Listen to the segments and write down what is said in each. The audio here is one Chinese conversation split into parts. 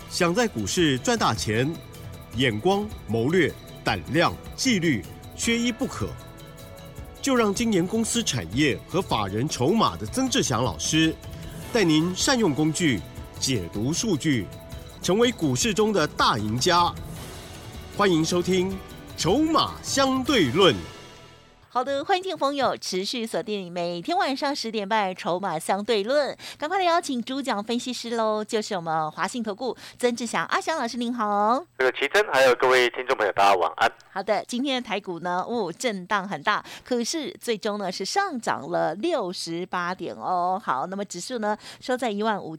想在股市赚大钱，眼光、谋略、胆量、纪律，缺一不可。就让精研公司产业和法人筹码的曾志祥老师，带您善用工具，解读数据，成为股市中的大赢家。欢迎收听《筹码相对论》。 好的，欢迎听众朋友持续锁定每天晚上10点半《筹码相对论》，赶快来邀请主讲分析师喽，就是我们华信投顾曾志祥阿祥老师，您好。 这个奇珍还有各位听众朋友，大家晚安。 好的，今天的台股呢，震荡很大，可是最终呢是上涨了68点哦。好，那么指数呢收在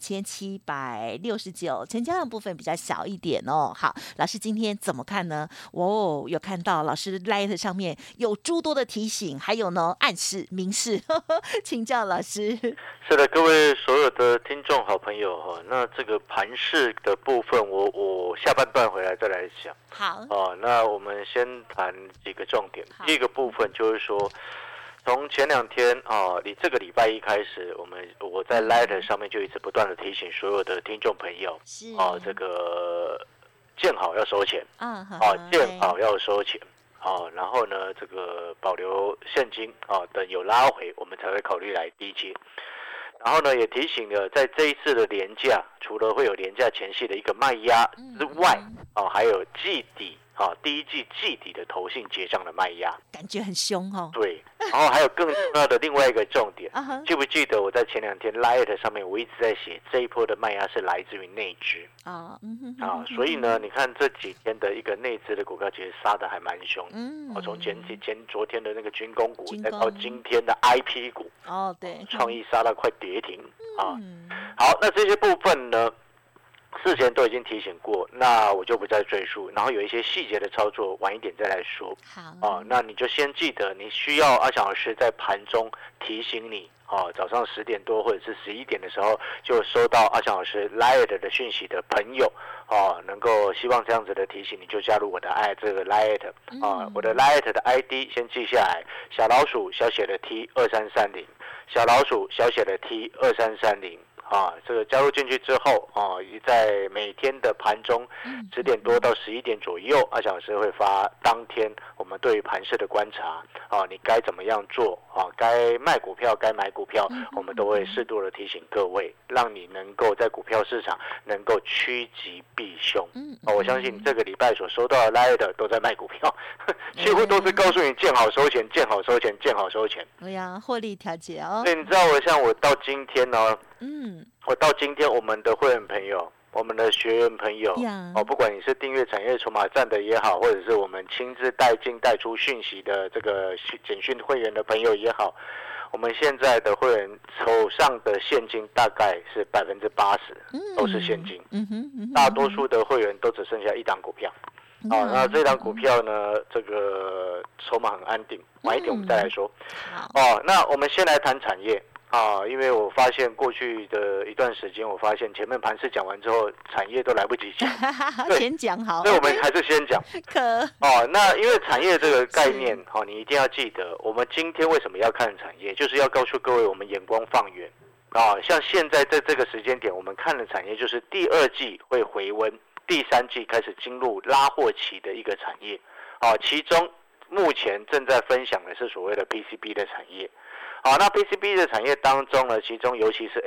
15769，成交量部分比较小一点哦。好，老师今天怎么看呢？有看到老师 Line 上面有诸多的提醒，还有呢暗示、明示，请教老师。 是的，各位所有的听众好朋友哈，那这个盘势的部分，我下半段回来再来讲。 好。 那我们先谈几个重点。第一个部分就是说，从前2天你这个礼拜一开始，我在 Line 上面就一直不断的提醒所有的听众朋友，这个见好要收钱，见好要收钱。然后呢，这个保留现金等有拉回，我们才会考虑来低接。然后呢，也提醒了，在这一次的连假，除了会有连假前夕的一个卖压之外，还有季底第一季季底的投信结账的卖压， 感觉很凶哦。 对，然后还有更重要的另外一个重点，记不记得我在前2天 Light 上面我一直在写这一波的卖压是来自于内资所以呢，你看这几天的一个内资的股票其实杀的还蛮凶，从昨天的那个军工股，再到今天的 IP 股， 对， 创意杀到快跌停好，那这些部分呢？事前都已经提醒过，那我就不再赘述。然后有一些细节的操作，晚一点再来说。 好， 那你就先记得，你需要阿翔老师在盘中提醒你，早上10点多或者是11点的时候，就收到阿翔老师 Line 的讯息的朋友，能够希望这样子的提醒，你就加入我的这个 Line 我的 Line 的 ID 先记下来，小老鼠小写的 T2330，小老鼠小写的 T2330。这个加入进去之后在每天的盘中10点多到11点左右，阿翔老师会发当天我们对于盘势的观察你该怎么样做该卖股票该买股票，我们都会适度的提醒各位，让你能够在股票市场能够趋吉避凶。我相信这个礼拜所收到的 Line 的都在卖股票，几乎都是告诉你见好收钱，见好收钱，见好收钱。 对呀，获利调节哦。 所以你知道我到今天呢？我到今天，我们的会员朋友，我们的学员朋友，不管你是订阅产业筹码站的也好，或者是我们亲自带进带出讯息的这个简讯会员的朋友也好，我们现在的会员手上的现金大概是80%，都是现金。大多数的会员都只剩下一档股票。那这档股票呢，这个筹码很安定，晚一点我们再来说。那我们先来谈产业。因为我发现过去的一段时间，我发现前面盘势讲完之后，产业都来不及讲， 先讲好， 所以我们还是先讲。那因为产业这个概念，你一定要记得，我们今天为什么要看产业，就是要告诉各位，我们眼光放远像现在在这个时间点，我们看的产业就是第2季会回温，第3季开始进入拉货期的一个产业其中目前正在分享的是所谓的 PCB 的产业。那 PCB 的产业当中呢，其中尤其是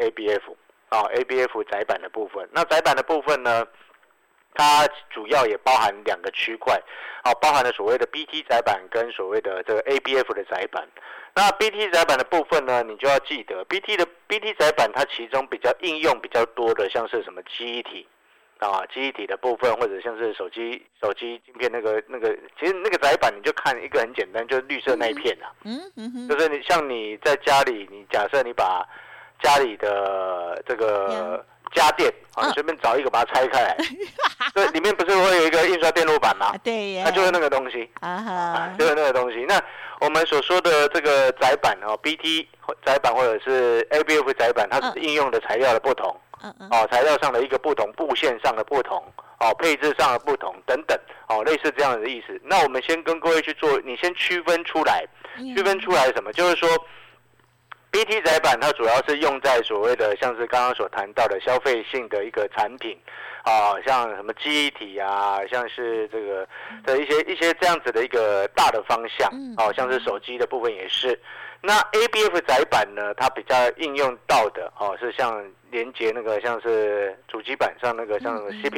ABF 载板的部分。那载板的部分呢，它主要也包含2个区块，包含了所谓的 BT 载板跟所谓的这个 ABF 的载板。那 BT 载板的部分呢，你就要记得 BT 载板它其中比较应用比较多的，像是什么记忆体。记忆体的部分，或者像是手机晶片那个，其实那个载板你就看一个很简单，就是绿色那一片就是你在家里，你假设你把家里的这个家电你随便找一个把它拆开来，对，里面不是会有一个印刷电路板吗？ 对， 那就是那个东西就是那个东西。那我们所说的这个载板BT 载板或者是 ABF 载板，它是应用的材料的不同。材料上的一个不同，布线上的不同，配置上的不同等等，类似这样的意思。那我们先跟各位去做，你先区分出来什么？就是说 BT 载板它主要是用在所谓的像是刚刚所谈到的消费性的一个产品， 像什么记忆体啊，像是这个的一些这样子的一个大的方向，像是手机的部分也是。那 ABF 载板呢，它比较应用到的是像连接那个像是主机板上那个像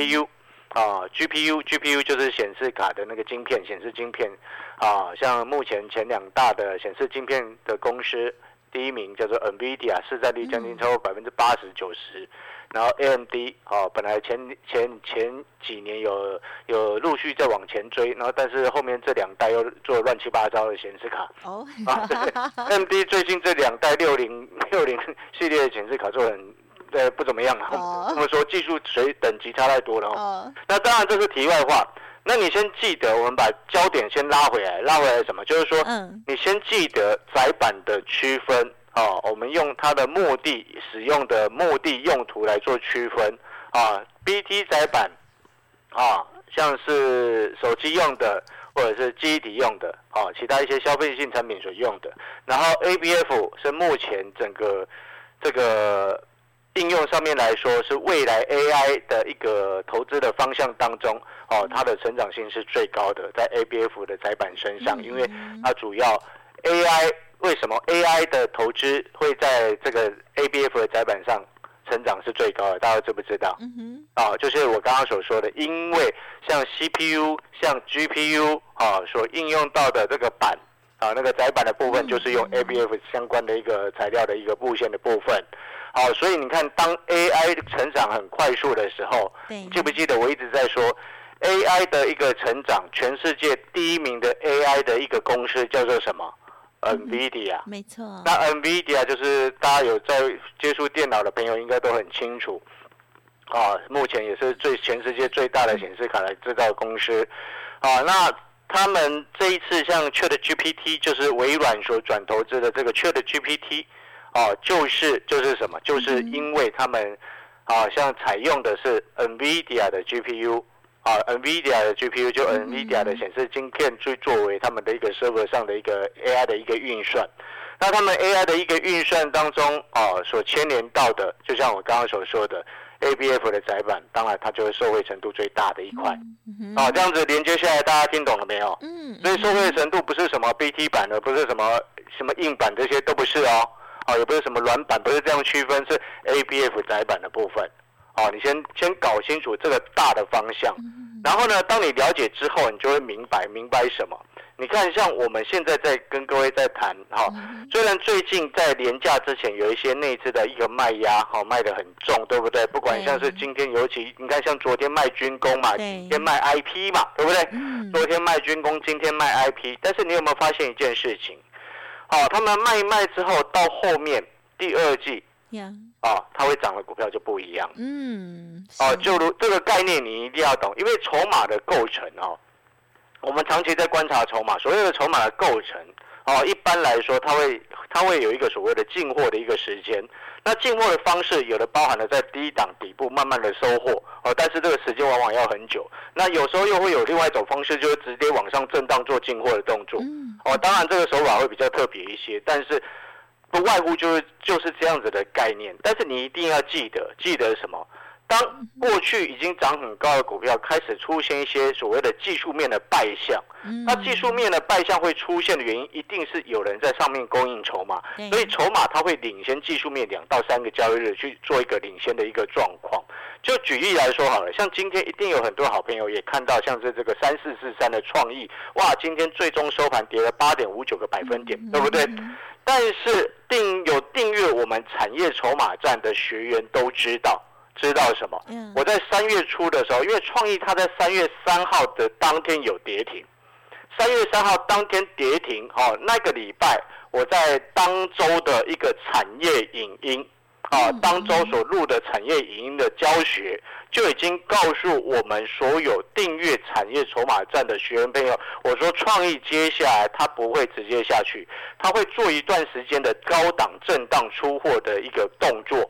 CPU。GPU 就是显示卡的那个晶片，显示晶片像目前前2大的显示晶片的公司，第一名叫做 NVIDIA， 市占率将近超过80%-90%，然后 AMD 本来前几年有陆续在往前追，然后但是后面这2代又做乱七八糟的显示卡。AMD 最近这2代60系列的显示卡做很。不怎么样啊，这么说技术等级差太多了那当然这是题外话。那你先记得，我们把焦点先拉回来什么？就是说，你先记得载板的区分我们用它的目的使用的目的用途来做区分BT 载板像是手机用的或者是记忆体用的其他一些消费性产品所用的。然后 ABF 是目前整个这个应用上面来说，是未来 AI 的一个投资的方向当中它的成长性是最高的，在 ABF 的载板身上，因为它主要 AI 为什么 AI 的投资会在这个 ABF 的载板上成长是最高的？大家知不知道？就是我刚刚所说的，因为像 CPU、像 GPU 所应用到的这个板那个载板的部分，就是用 ABF 相关的一个材料的一个布线的部分。所以你看，当 AI 成长很快速的时候，记不记得我一直在说 AI 的一个成长，全世界第一名的 AI 的一个公司叫做什么？NVIDIA。没错。那 NVIDIA 就是大家有在接触电脑的朋友应该都很清楚，目前也是全世界最大的显示卡的制造公司。那他们这一次像 ChatGPT， 就是微软所转投资的这个 ChatGPT。就是什么？就是因为他们像采用的是 NVIDIA 的 GPU，NVIDIA 的 GPU 就 NVIDIA 的显示晶片，作为他们的一个 server 上的一个 AI 的一个运算。那他们 AI 的一个运算当中所牵连到的，就像我刚刚所说的 ABF 的载板，当然它就是受惠程度最大的一块。这样子连接下来，大家听懂了没有？所以受惠程度不是什么 BT 版的，不是什么硬板，这些都不是也不是什么软板，不是这样区分，是 ABF 载板的部分。你先搞清楚这个大的方向，然后呢，当你了解之后，你就会明白什么。你看，像我们现在在跟各位在谈虽然最近在连假之前有一些内资的一个卖压卖得很重，对不对？不管像是今天，尤其你看像昨天卖军工嘛，今天卖 IP 嘛，对不对？昨天卖军工，今天卖 IP， 但是你有没有发现一件事情？他们卖一卖之后，到后面第2季，它会涨的股票就不一样。就如这个概念你一定要懂，因为筹码的构成我们长期在观察筹码，所谓的筹码的构成一般来说它会有一个所谓的进货的一个时间。那进货的方式有的包含了在低档底部慢慢的收货但是这个时间往往要很久。那有时候又会有另外一种方式，就是直接往上震荡做进货的动作。当然这个手法会比较特别一些，但是不外乎就是这样子的概念。但是你一定要记得什么？当过去已经涨很高的股票开始出现一些所谓的技术面的败象，那技术面的败象会出现的原因，一定是有人在上面供应筹码，所以筹码它会领先技术面2到3个交易日去做一个领先的一个状况。就举例来说好了，像今天一定有很多好朋友也看到，像是这个3443的创意，哇，今天最终收盘跌了8.59个百分点，对不对？但是有订阅我们产业筹码站的学员都知道什么？我在3月初的时候，因为创意它在3月3号的当天有跌停，3月3号当天跌停，那个礼拜我在当周的一个产业影音，当周所录的产业影音的教学，就已经告诉我们所有订阅产业筹码站的学员朋友，我说创意接下来它不会直接下去，它会做一段时间的高档震荡出货的一个动作。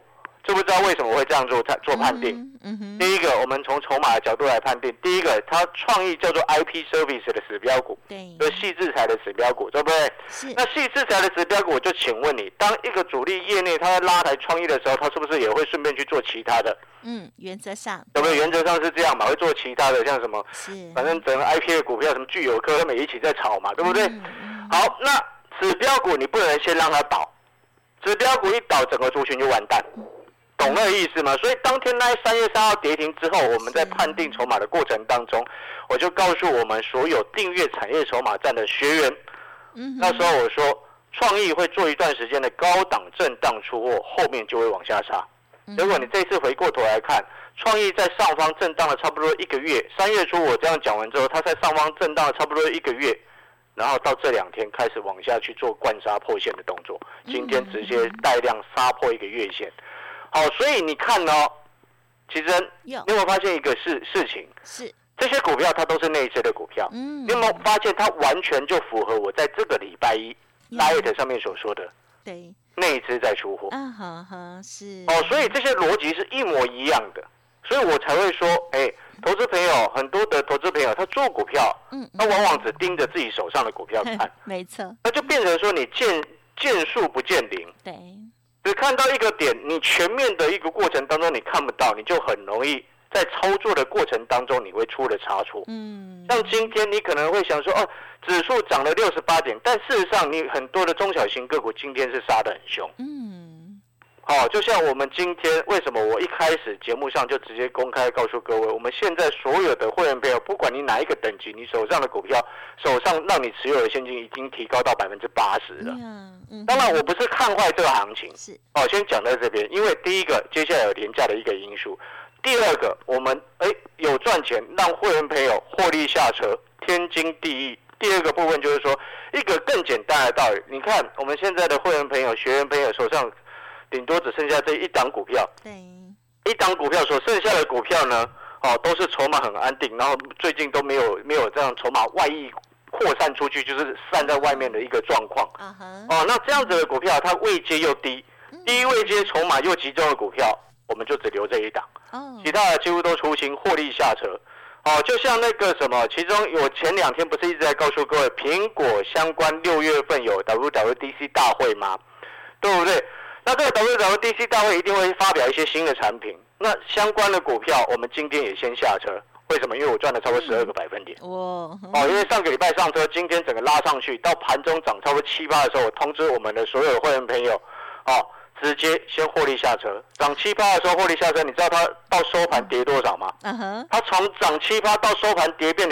知不知道为什么会这样做判定？第一个，我们从筹码的角度来判定。第一个，它创意叫做 IP Service 的指标股， 对， 就是细制裁的指标股，对不对？ 是。 那细制裁的指标股，我就请问你，当一个主力业内它在拉抬创意的时候，它是不是也会顺便去做其他的？ 原则上， 对不对？原则上是这样嘛，会做其他的，像什么，反正整个 IP 的股票，什么聚友科，他们也一起在炒嘛，对不对？好，那指标股你不能先让它倒，指标股一倒，整个族群就完蛋。懂那个意思吗？所以当天那3月3号跌停之后，我们在判定筹码的过程当中，我就告诉我们所有订阅产业筹码站的学员，那时候我说创意会做一段时间的高档震荡出货，后面就会往下杀。结果你这次回过头来看，创意在上方震荡了差不多1个月，3月初我这样讲完之后，它在上方震荡了差不多1个月，然后到这2天开始往下去做灌杀破线的动作，今天直接带量杀破一个月线。好，所以你看哦，其实你有没有发现一个事情？ 是这些股票它都是内资的股票。你有没有发现它完全就符合我在这个礼拜一 Light 上面所说的？ 对， 内资在出货。 是。 哦，所以这些逻辑是一模一样的，所以我才会说，投资朋友很多的投资朋友他做股票，他往往只盯着自己手上的股票看， 没错， 那就变成说你见树不见林。 对。 只看到一个点，你全面的一个过程当中你看不到，你就很容易在操作的过程当中你会出了差错。像今天你可能会想说，指数涨了68点，但事实上你很多的中小型个股今天是杀得很凶。就像我们今天为什么我一开始节目上就直接公开告诉各位，我们现在所有的会员朋友，不管你哪一个等级，你手上的股票，手上让你持有的现金已经提高到80%了。当然我不是看坏这个行情，先讲在这边，因为第一个接下来有廉价的一个因素，第二个我们有赚钱，让会员朋友获利下车，天经地义。第二个部分就是说一个更简单的道理，你看我们现在的会员朋友、学员朋友手上顶多只剩下这一档股票，一档股票所剩下的股票呢，都是筹码很安定，然后最近都没有这样筹码外溢扩散出去，就是散在外面的一个状况。那这样子的股票它位阶又低，低位阶筹码又集中的股票，我们就只留这一档，其他的几乎都出清获利下车。就像那个什么，其中我前2天不是一直在告诉各位，苹果相关6月份有 WWDC 大会吗？对不对？那这个 WWDC 大会一定会发表一些新的产品，那相关的股票我们今天也先下车。为什么？因为我赚了超过12个百分点。因为上个礼拜上车，今天整个拉上去，到盘中涨超过7%的时候，我通知我们的所有的会员朋友，直接先获利下车。涨7%的时候获利下车，你知道它到收盘跌多少吗？它从涨7%到收盘跌变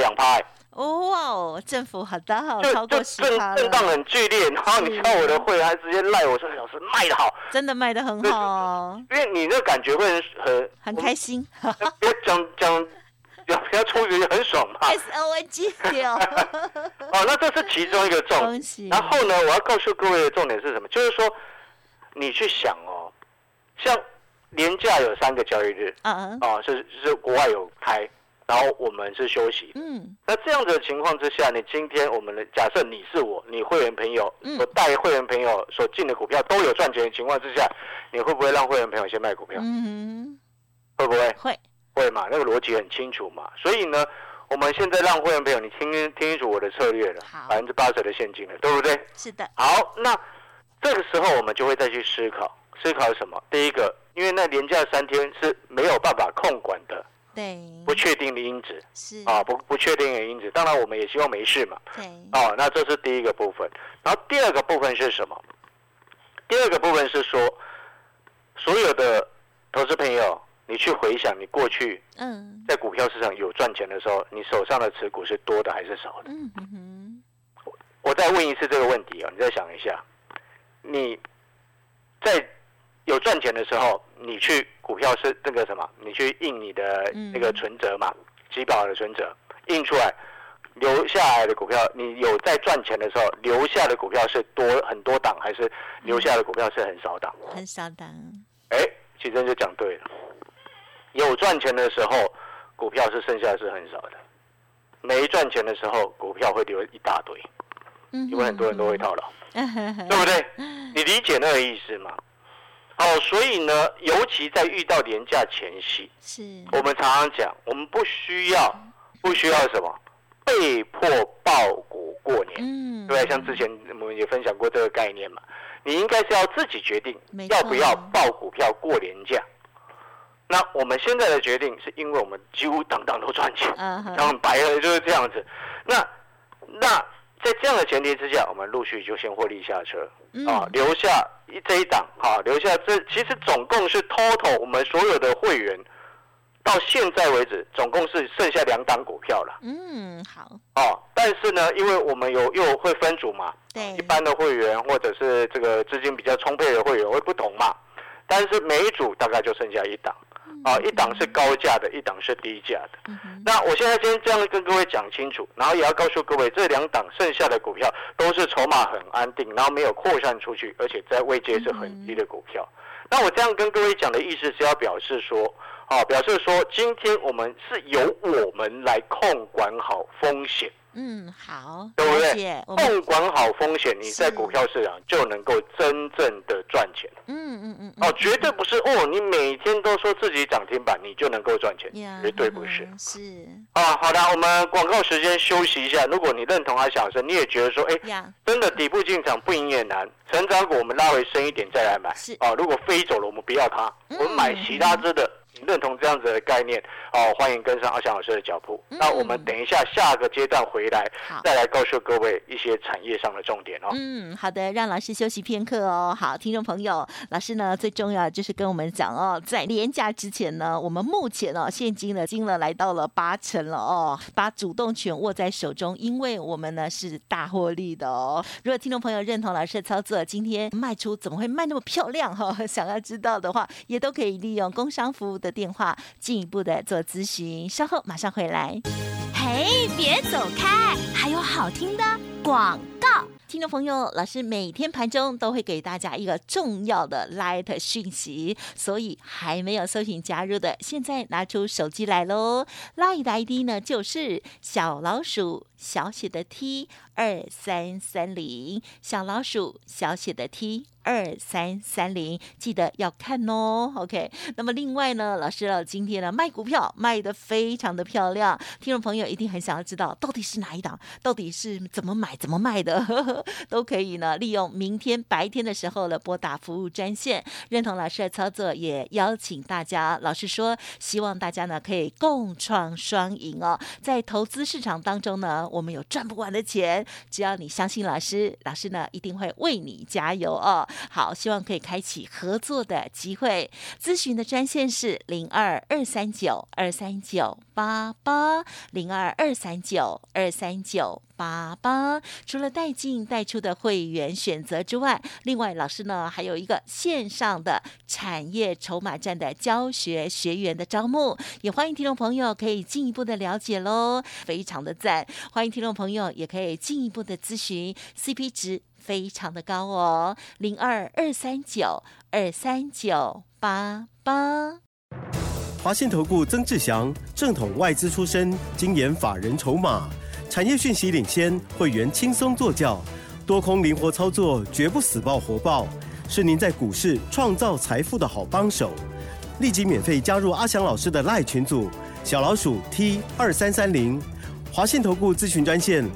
2%。 振幅好大，超过10%了， 震荡很剧烈。然后你知道我的会员还直接赖我说：“老师卖得好， 真的卖得很好。” 因为你那感觉会很开心。 别讲。不要冲击很爽嘛 ，SONG 掉。 那这是其中一个重点。然后呢，我要告诉各位的重点是什么？就是说，你去想像连假有3个交易日，是国外有开，然后我们是休息。那这样子的情况之下，你今天我们的假设你是你会员朋友所带会员朋友所进的股票都有赚钱的情况之下，你会不会让会员朋友先卖股票？会不会？会嘛，那个逻辑很清楚嘛，所以呢，我们现在让会员朋友你听清楚我的策略了，80%的现金了，对不对？ 是的。 好，那这个时候我们就会再去思考什么？第一个，因为那连假3天是没有办法控管的， 对， 不确定的因子是不确定的因子。当然，我们也希望没事嘛。 对。 那这是第一个部分。然后第二个部分是什么？第二个部分是说，所有的投资朋友。你去回想你过去在股票市场有赚钱的时候，你手上的持股是多的还是少的？我再问一次这个问题你再想一下，你在有赚钱的时候，你去股票是那个什么？你去印你的那个存折嘛，集保的存折印出来，留下来的股票，你有在赚钱的时候留下的股票是很多档，还是留下的股票是很少档？ 很少档。 其实就讲对了。有赚钱的时候，股票是剩下是很少的；没赚钱的时候，股票会留一大堆，因为很多人都会套牢，对不对？你理解那个意思吗？ 所以呢，尤其在遇到连假前夕，我们常常讲，我们不需要什么被迫抱股过年，对，像之前我们也分享过这个概念嘛，你应该是要自己决定要不要抱股票过年假。那我们现在的决定是因为我们几乎档档都赚钱，然后白了就是这样子。那在这样的前提之下，我们陆续就先获利下车，留下这一档，留下这其实总共是 total 我们所有的会员到现在为止，总共是剩下2档股票了。好。但是呢，因为我们又会分组嘛，一般的会员或者是这个资金比较充沛的会员会不同嘛，但是每一组大概就剩下1档。一档是高价的，一档是低价的。那我现在先这样跟各位讲清楚，然后也要告诉各位，这2档剩下的股票都是筹码很安定，然后没有扩散出去，而且在位阶是很低的股票。那我这样跟各位讲的意思是要表示说，今天我们是由我们来控管好风险。 好， 对不对？控管好风险，你在股票市场就能够真正的赚钱。绝对不是你每天都说自己涨停板，你就能够赚钱，绝对不是。好的，我们广告时间休息一下。如果你认同阿翔老师，你也觉得说，真的底部进场不赢也难，成长股我们拉回深一点再来买。如果飞走了，我们不要它，我们买其他支的。你认同这样子的概念欢迎跟上阿翔老师的脚步。那我们等一下下个阶段回来，再来告诉各位一些产业上的重点好的，让老师休息片刻好，听众朋友，老师呢最重要就是跟我们讲在连假之前呢，我们目前现金的金额来到了80%了把主动权握在手中，因为我们呢是大获利的如果听众朋友认同老师的操作，今天卖出怎么会卖那么漂亮想要知道的话，也都可以利用工商服务的电话进一步的做咨询，稍后马上回来。 嘿，别走开，还有好听的广告。 听众朋友，老师每天盘中都会给大家一个重要的 Light 讯息，所以还没有搜寻加入的，现在拿出手机来咯。 Light 的 ID 呢就是小老鼠小写的 T2330， 小老鼠小写的 T2330，记得要看OK， 那么另外呢，老师今天呢卖股票卖得非常的漂亮，听众朋友一定很想要知道到底是哪一档，到底是怎么买怎么卖的都可以呢利用明天白天的时候呢拨打服务专线。认同老师的操作，也邀请大家，老师说希望大家呢可以共创双赢在投资市场当中呢，我们有赚不完的钱，只要你相信老师，老师呢一定会为你加油好，希望可以开启合作的机会。咨询的专线是02-239-23988，02-239-23988。除了带进带出的会员选择之外，另外老师呢还有一个线上的产业筹码战的教学学员的招募，也欢迎听众朋友可以进一步的了解咯，非常的赞。欢迎听众朋友也可以进一步的咨询， CP 值非常的高02-239-23988。 华信投顾曾志祥，正统外资出身，精研法人筹码，产业讯息领先，会员轻松做教，多空灵活操作，绝不死抱活抱，是您在股市创造财富的好帮手。立即免费加入阿翔老师的 LINE 群组，小老鼠 T2330，华信投顾咨询专线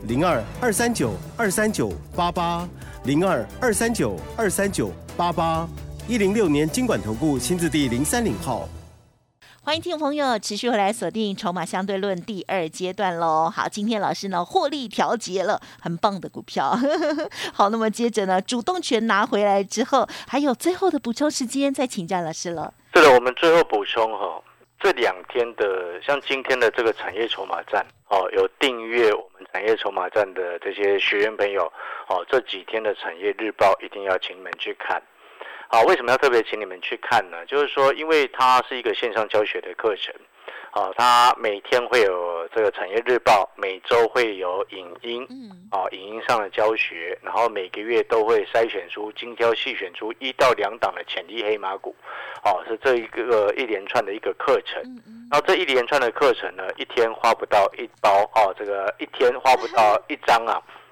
02-239-23988，02-239-23988，106年金管投顾新字第030号。 欢迎听众朋友持续回来锁定筹码相对论第2阶段咯。好，今天老师呢获利调节了很棒的股票好，那么接着呢主动权拿回来之后，还有最后的补充时间，再请教老师了。 是的，我们最后补充这2天的像今天的这个产业筹码战有订阅我们产业筹码战的这些学员朋友这几天的产业日报一定要请你们去看。好，为什么要特别请你们去看呢？就是说，因为它是一个线上教学的课程，它每天会有这个产业日报，每周会有影音，影音上的教学，然后每个月都会筛选出精挑细选出1到2档的潜力黑马股，是这一连串的一个课程。然后这一连串的课程呢，一天花不到1包这个一天花不到1张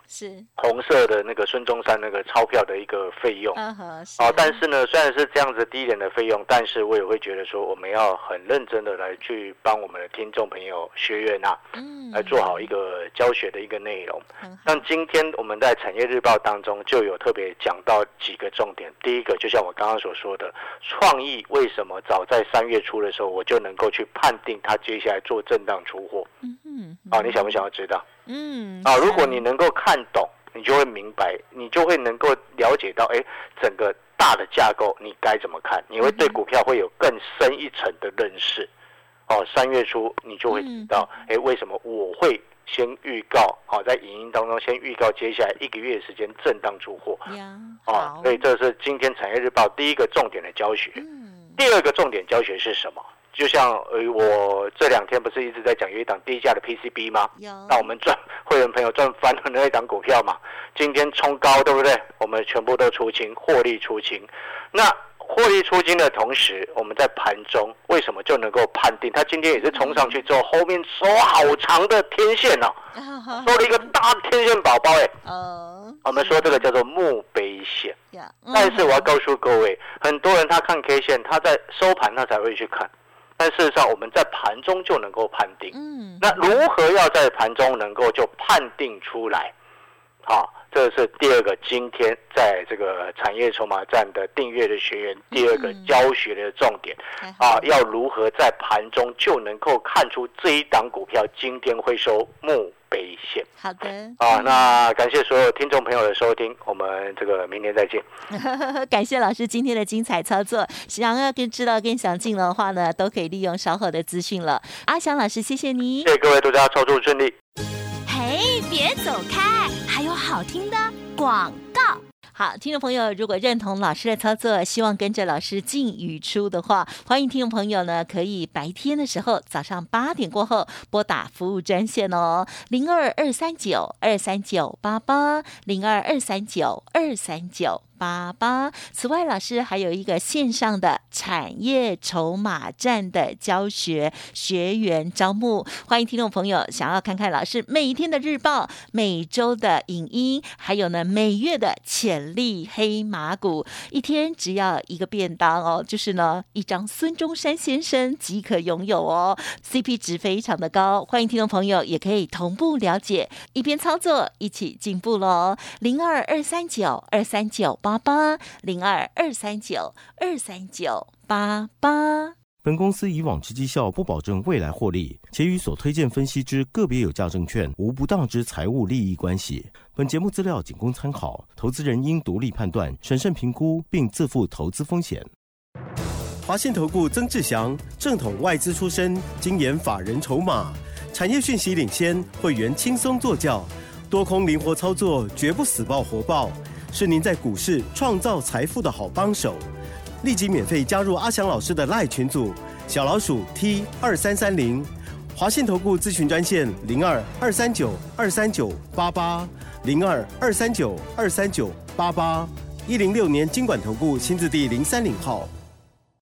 是红色的那个孙中山那个钞票的一个费用。但是呢，虽然是这样子低廉的费用，但是我也会觉得说，我们要很认真的来去帮我们的听众朋友学员来做好一个教学的一个内容。像今天我们在产业日报当中就有特别讲到几个重点。第一个，就像我刚刚所说的，创意为什么早在3月初的时候我就能够去判定它接下来做震荡出货？你想不想要知道？如果你能够看懂，你就会明白，你就会能够了解到，整个大的架构你该怎么看，你会对股票会有更深一层的认识。3月初你就会知道，为什么我会先预告，在影音当中先预告接下来1个月的时间震荡出货。所以这是今天产业日报第一个重点的教学。第二个重点教学是什么？就像我这2天不是一直在讲有一档低价的 PCB 吗？那我们会员朋友赚翻了那一档股票嘛，今天冲高，对不对？我们全部都出清，获利出清。那获利出清的同时，我们在盘中为什么就能够判定它今天也是冲上去之后，后面收好长的天线收了一个大天线宝宝我们说这个叫做墓碑线。但是我要告诉各位，很多人他看 K 线，他在收盘他才会去看。但事实上，我们在盘中就能够判定。那如何要在盘中能够就判定出来？这是第二个今天在这个产业筹码站的订阅的学员第二个教学的重点要如何在盘中就能够看出这一档股票今天会收墓碑线。 好的那感谢所有听众朋友的收听，我们这个明天再见。 感谢老师今天的精彩操作，想要知道更详尽的话呢，都可以利用稍后的资讯了。阿翔老师，谢谢你， 谢谢各位，大家操作顺利。 嘿，别走开，还有好听的广告。 好，听众朋友，如果认同老师的操作，希望跟着老师进与出的话，欢迎听众朋友呢可以白天的时候早上8点过后拨打服务专线02-239-23988，02-239-23988。此外，老师还有一个线上的产业筹码站的教学学员招募，欢迎听众朋友想要看看老师每一天的日报、每周的影音，还有呢每月的潜力黑马股，一天只要一个便当就是呢一张孙中山先生即可拥有CP 值非常的高，欢迎听众朋友也可以同步了解，一边操作一起进步咯。02-239-23988，02-239-23988。 本公司以往之绩效不保证未来获利，且与所推荐分析之个别有价证券无不当之财务利益关系。本节目资料仅供参考，投资人应独立判断、审慎评估，并自负投资风险。华信投顾曾志祥，正统外资出身，精研法人筹码，产业讯息领先，会员轻松做教，多空灵活操作，绝不死抱活抱，是您在股市创造财富的好帮手。立即免费加入阿翔老师的 LINE 群组，小老鼠 T2330，华信投顾咨询专线02-239-23988，02-239-23988，106年金管投顾新字第030号。